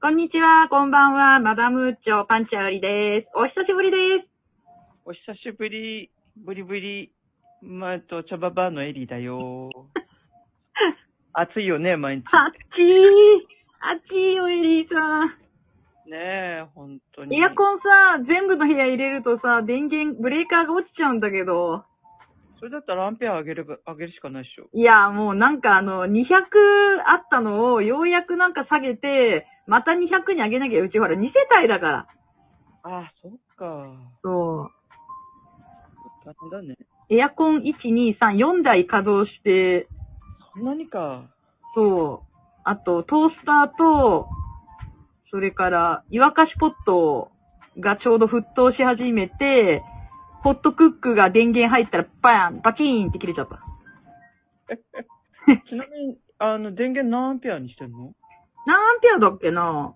こんにちは、こんばんは、マダムーチョ、パンチャウリです。お久しぶりです。 お久しぶり、ブリブリ、茶ババのエリだよ。暑いよね、毎日。 暑いよ、エリーさん。 ねえ、本当に。 エアコンさ、全部の部屋入れるとさ、電源、ブレーカーが落ちちゃうんだけど。 それだったらアンペア上げるしかないっしょ。 いや、もうなんか200あったのをようやくなんか下げて、また200に上げなきゃ、うちほら2世帯だから。 ああ、そっか。 そう。 大変だね。 エアコン1、2、3、4台稼働して、 そんなにか。 そう。あと、トースターと、それから、湯沸かしポットがちょうど沸騰し始めて、ホットクックが電源入ったら、バチーンって切れちゃった。 ちなみに、電源何アンペアにしてんの？ 何アンペアだっけな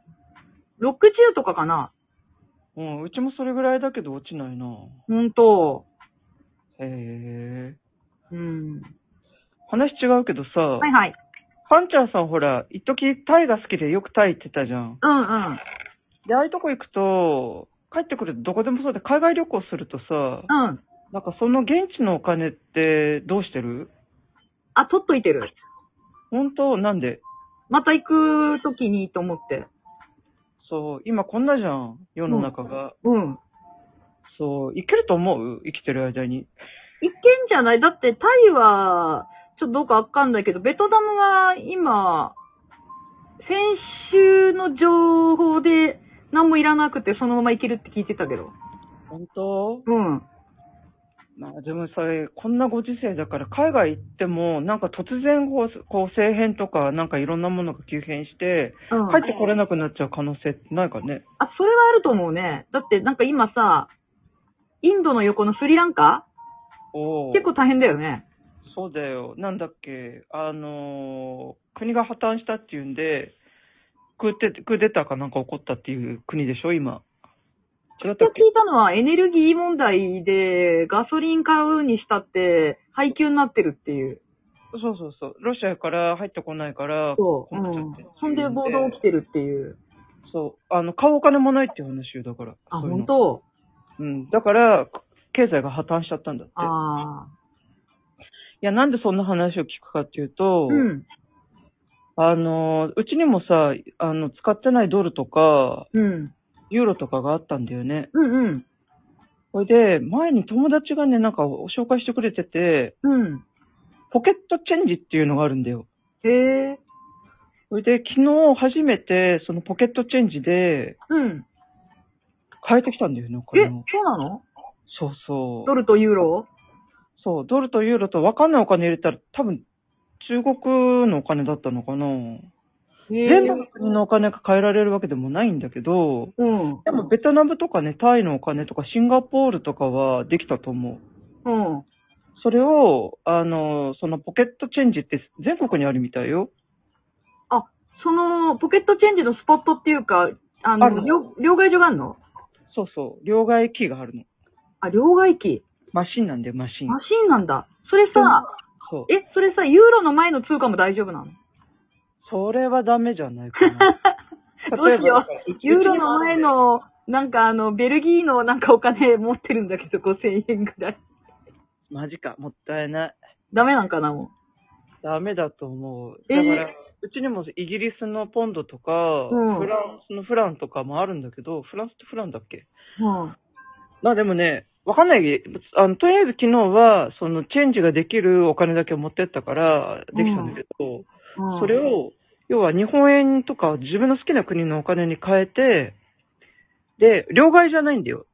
?60 とかかな。 うん、うちもそれぐらいだけど落ちないな。 ほんと。 へえ。 うん。 話違うけどさ、 はいはい。 パンチャーさんほら、一時タイが好きでよくタイ行ってたじゃん。 うんうん。 で、ああいうとこ行くと、帰ってくるとどこでもそうで、海外旅行するとさ、 うん。 なんかその現地のお金ってどうしてる？ あ、取っといてる。 本当？なんで？ また行くときにと思って。 そう、今こんなじゃん、世の中が。 うん。 そう、行けると思う？生きてる間に。 いけんじゃない？だってタイは、ちょっとどうかわかんないけど、ベトナムは今、先週の情報で何もいらなくてそのまま行けるって聞いてたけど。 本当？ うん。 まあでもさ、こんなご時世だから海外行っても、なんか突然こう政変とか、なんかいろんなものが急変して、 うん。 帰ってこれなくなっちゃう可能性ってないかね。 あ、それはあると思うね。だってなんか今さ、インドの横のスリランカおー。 結構大変だよね。 そうだよ。なんだっけ、国が破綻したっていうんで、クーデターかなんか起こったっていう国でしょ、今。違ったっけ？ 聞いたのはエネルギー問題でガソリン買うにしたって配給になってるっていう。 そうそうそう。ロシアから入ってこないから、 そう。 困っちゃってっていそんで暴動起きてるっていう。 そう。買うお金もないっていう話よ、だから。 あ、 そういうの。 本当？ うん。だから、経済が破綻しちゃったんだって。 ああ。 いや、なんでそんな話を聞くかっていうと、 うん。 うちにもさ、使ってないドルとか、 うん。 ユーロとかがあったんだよね。 うんうん。 それで、前に友達がね、なんか紹介してくれてて、 うん。 ポケットチェンジっていうのがあるんだよ。 へえ。 それで、昨日初めて、そのポケットチェンジで、 うん。 変えてきたんだよね、おえ、 金を。 そうなの？ そうそう。 ドルとユーロ？ そう、ドルとユーロと分かんないお金入れたら、多分、中国のお金だったのかな。全部の国のお金が変えられるわけでもないんだけど、 うん。 でもベトナムとかね、タイのお金とかシンガポールとかはできたと思う。 うん。 それを、そのポケットチェンジって全国にあるみたいよ。 あ、その、ポケットチェンジのスポットっていうか、 あるの。 両替所があるの？ そうそう。両替機があるの。 あ、両替機。 マシンなんだよ、マシン。 マシンなんだ。それさ、 そう。 それさ、ユーロの前の通貨も大丈夫なの？ それはダメじゃないかな。 どうしよう。ユーロの前の、なんかベルギーのなんかお金持ってるんだけど、5000円ぐらい。 マジか、もったいない。 ダメなんかな、もう。 ダメだと思う。だから、うちにもイギリスのポンドとか、フランスのフランとかもあるんだけど、フランスってフランだっけ？まあでもね、わかんない。とりあえず昨日は、そのチェンジができるお金だけを持ってったから、できたんだけど、それを、要は日本円とか自分の好きな国のお金に変えて、で、両替じゃないんだよ。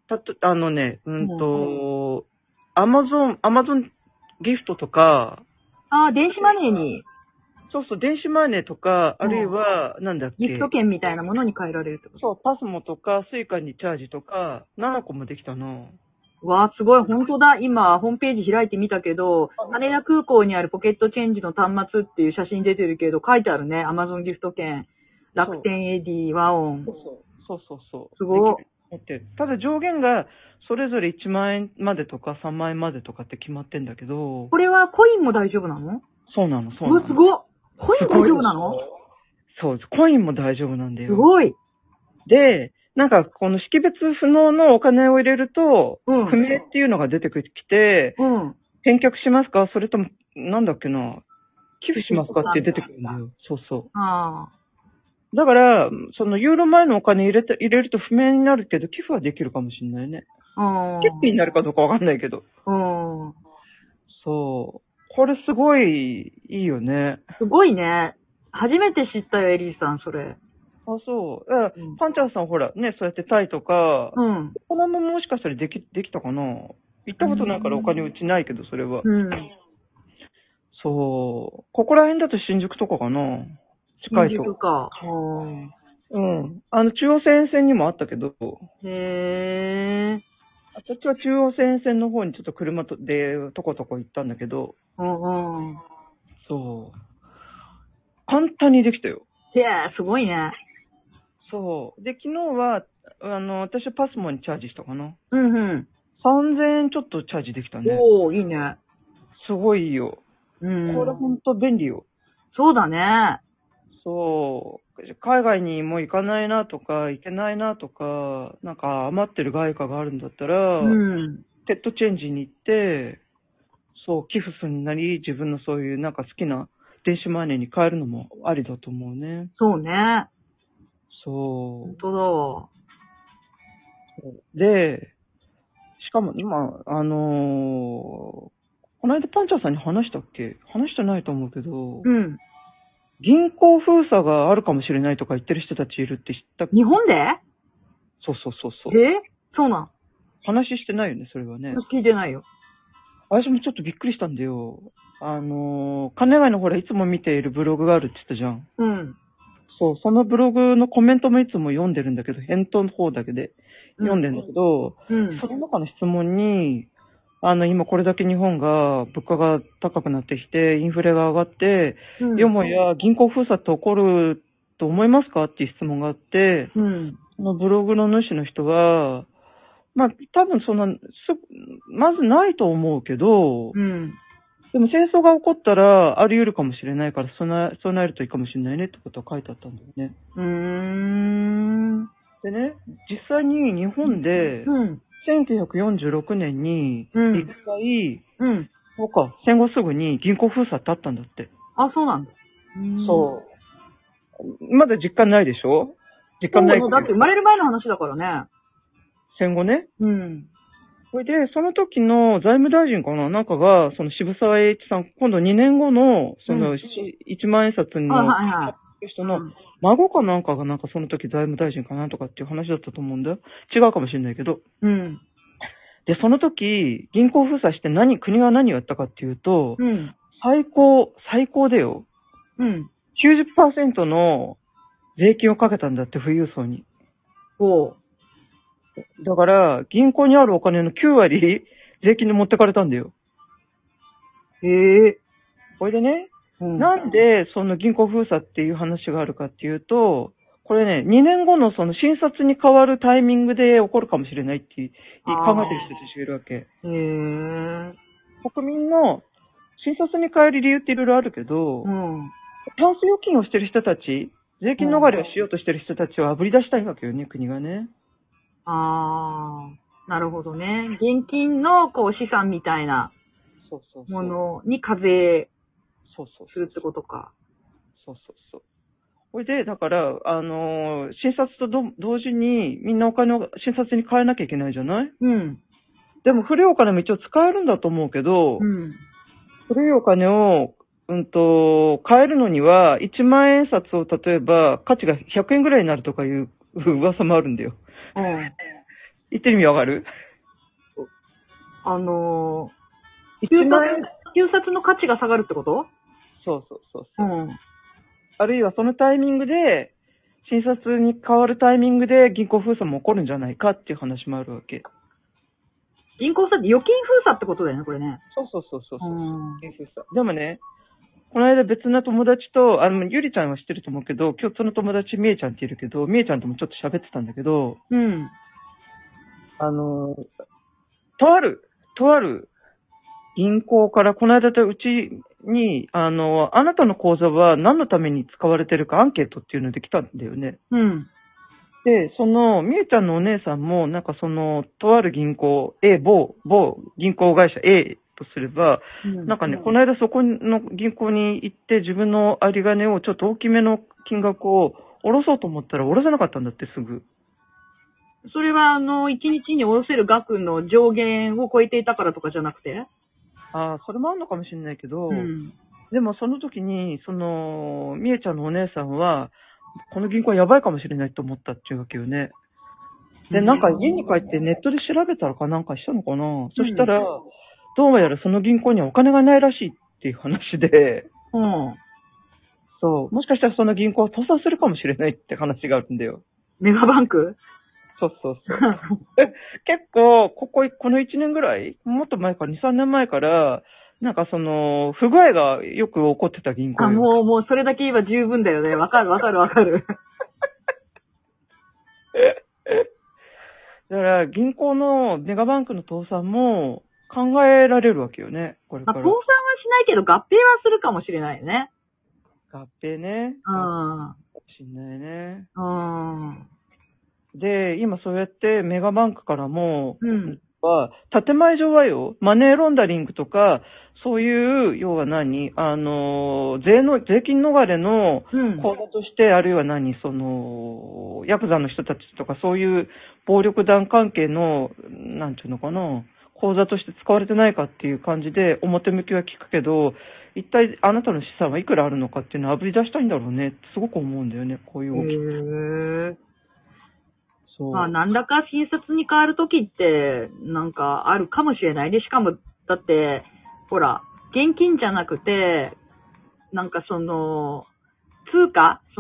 アマゾンギフトとか、 電子マネーに。 そうそう、電子マネーとか、あるいは、なんだっけ。 ギフト券みたいなものに変えられるってこと？ そう、パスモとか、スイカにチャージとか、7個もできたの。 わあ、すごい、本当だ。今、ホームページ開いてみたけど、羽田空港にあるポケットチェンジの端末っていう写真出てるけど、書いてあるね。アマゾンギフト券、楽天エディ、ワオン。 そう。 すごい。 ただ上限が、それぞれ1万円までとか3万円までとかって決まってんだけど。 これはコインも大丈夫なの？ そうなの。 うわ、すごい。コインも大丈夫なの？ そう、コインも大丈夫なんだよ。 すごい。 で、なんかこの識別不能のお金を入れると、不明っていうのが出てきて、返却しますかそれとも、なんだっけな、寄付しますかって出てくるんだよ。そうそう。だから、そのユーロ前のお金入れると不明になるけど、寄付はできるかもしれないね。寄付になるかどうかわかんないけど。そう。これすごいいいよね。 すごいね。初めて知ったよ、エリーさん、それ。 あ、そう。パンチャーさんほら、ね、そうやってタイとか、このままもしかしたらできたかな。行ったことないからお金うちないけど、それは。そう。ここら辺だと新宿とかかな。近いと。 新宿か。 中央線にもあったけど。 へー。 私は中央線の方にちょっと車でとことこ行ったんだけど。そう。簡単にできたよ。 へー、すごいね。 そう。で、昨日は、私はパスモにチャージしたかな。 3000 円ちょっとチャージできたね。 おー、いいね。 すごいいいよ。これほんと便利よ。 そうだね。 そう。海外にもう行かないなとか、行けないなとか、なんか余ってる外貨があるんだったら、テッドチェンジに行って、そう、寄付するなり、自分のそういうなんか好きな電子マネーに変えるのもありだと思うね。 そうね。 そう。 本当だわ。 で、しかも今、この間パンチャーさんに話したっけ？話してないと思うけど、銀行封鎖があるかもしれないとか言ってる人たちいるって知ったっけ？ 日本で？ そう。 そうなん？ 話してないよね、それはね。 聞いてないよ。 私もちょっとびっくりしたんだよ。金貝のほら、いつも見ているブログがあるって言ったじゃん。そう、そのブログのコメントもいつも読んでるんだけど、返答の方だけで読んでるんだけど、その中の質問に、今これだけ日本が物価が高くなってきて、インフレが上がって、よもや銀行封鎖って起こると思いますかっていう質問があって、そのブログの主の人は、まあ、多分まずないと思うけど、でも戦争が起こったらあり得るかもしれないから、備えるといいかもしれないねってことは書いてあったんだよね。でね、実際に日本で、1946年に、一回、そうか、戦後すぐに銀行封鎖ってあったんだって。 あ、そうなんだ。 そう。まだ実感ないでしょ？実感ない。 だって生まれる前の話だからね。 戦後ね。それで、その時の財務大臣かななんかが、その渋沢栄一さん、今度2年後の、その、1万円札の、人の孫かなんかがなんかその時財務大臣かなんとかっていう話だったと思うんだよ。違うかもしれないけど。で、その時、銀行封鎖して国が何をやったかっていうと、最高でよ。90% の税金をかけたんだって、富裕層に。だから、銀行にあるお金の9割、税金で持ってかれたんだよ。これでね、なんでその銀行封鎖っていう話があるかっていうと、これね、2年後のその新札に変わるタイミングで起こるかもしれないって考えてる人たちがいるわけ。国民の新札に変える理由っていろいろあるけど、タンス預金をしてる人たち、税金逃れをしようとしてる人たちを炙り出したいわけよね、国がね。 なるほどね。現金の資産みたいなものに課税するってことか。 そう。これで、だから、新札と同時にみんなお金を新札に変えなきゃいけないじゃない？でも古いお金も一応使えるんだと思うけど、古いお金を、変えるのには、1万円札を例えば価値が100円ぐらいになるとかいう噂もあるんだよ。言ってる意味わかる？ 旧札の価値が下がるってこと？ そう。あるいはそのタイミングで、新札に変わるタイミングで銀行封鎖も起こるんじゃないかっていう話もあるわけ。 銀行封鎖、預金封鎖ってことだよね、これね。 そう。でもね、この間別な友達と、ゆりちゃんは知ってると思うけど、共通の友達みえちゃんっているけど、みえちゃんともちょっと喋ってたんだけど、とある銀行からこの間うちに、あなたの口座は何のために使われてるかアンケートっていうので来たんだよね。 で、みえちゃんのお姉さんも、なんかとある銀行、某銀行会社 A とすれば、なんかね、この間そこの銀行に行って自分の有り金をちょっと大きめの金額を下ろそうと思ったら下ろせなかったんだって、すぐ。 それは、1日に下ろせる額の上限を超えていたからとかじゃなくて？ ああ、それもあるのかもしれないけど、でもその時に、みえちゃんのお姉さんは、この銀行はやばいかもしれないと思ったっていうわけよね。で、なんか家に帰ってネットで調べたらかなんかしたのかな、そしたら、どうやらその銀行にはお金がないらしいっていう話で、そう、もしかしたらその銀行は倒産するかもしれないって話があるんだよ。 メガバンク？ そうそうそう。結構、この1年ぐらい、もっと前から、2、3年前から、なんか不具合がよく起こってた銀行。 もうそれだけ言えば十分だよね。わかる。 だから銀行のメガバンクの倒産も考えられるわけよね、これから。 倒産はしないけど合併はするかもしれないよね。 合併ね。かもしんないね。で、今そうやってメガバンクからも、建前上はよ、マネーロンダリングとか、そういう、要は税金逃れの口座として、あるいはヤクザの人たちとか、そういう暴力団関係の、なんていうのかな、口座として使われてないかっていう感じで、表向きは聞くけど、一体あなたの資産はいくらあるのかっていうのを炙り出したいんだろうねってすごく思うんだよね、こういう動き。 まあ、何らか診察に変わるときって、なんかあるかもしれないね。しかも、だって、ほら、現金じゃなくて、なんか通貨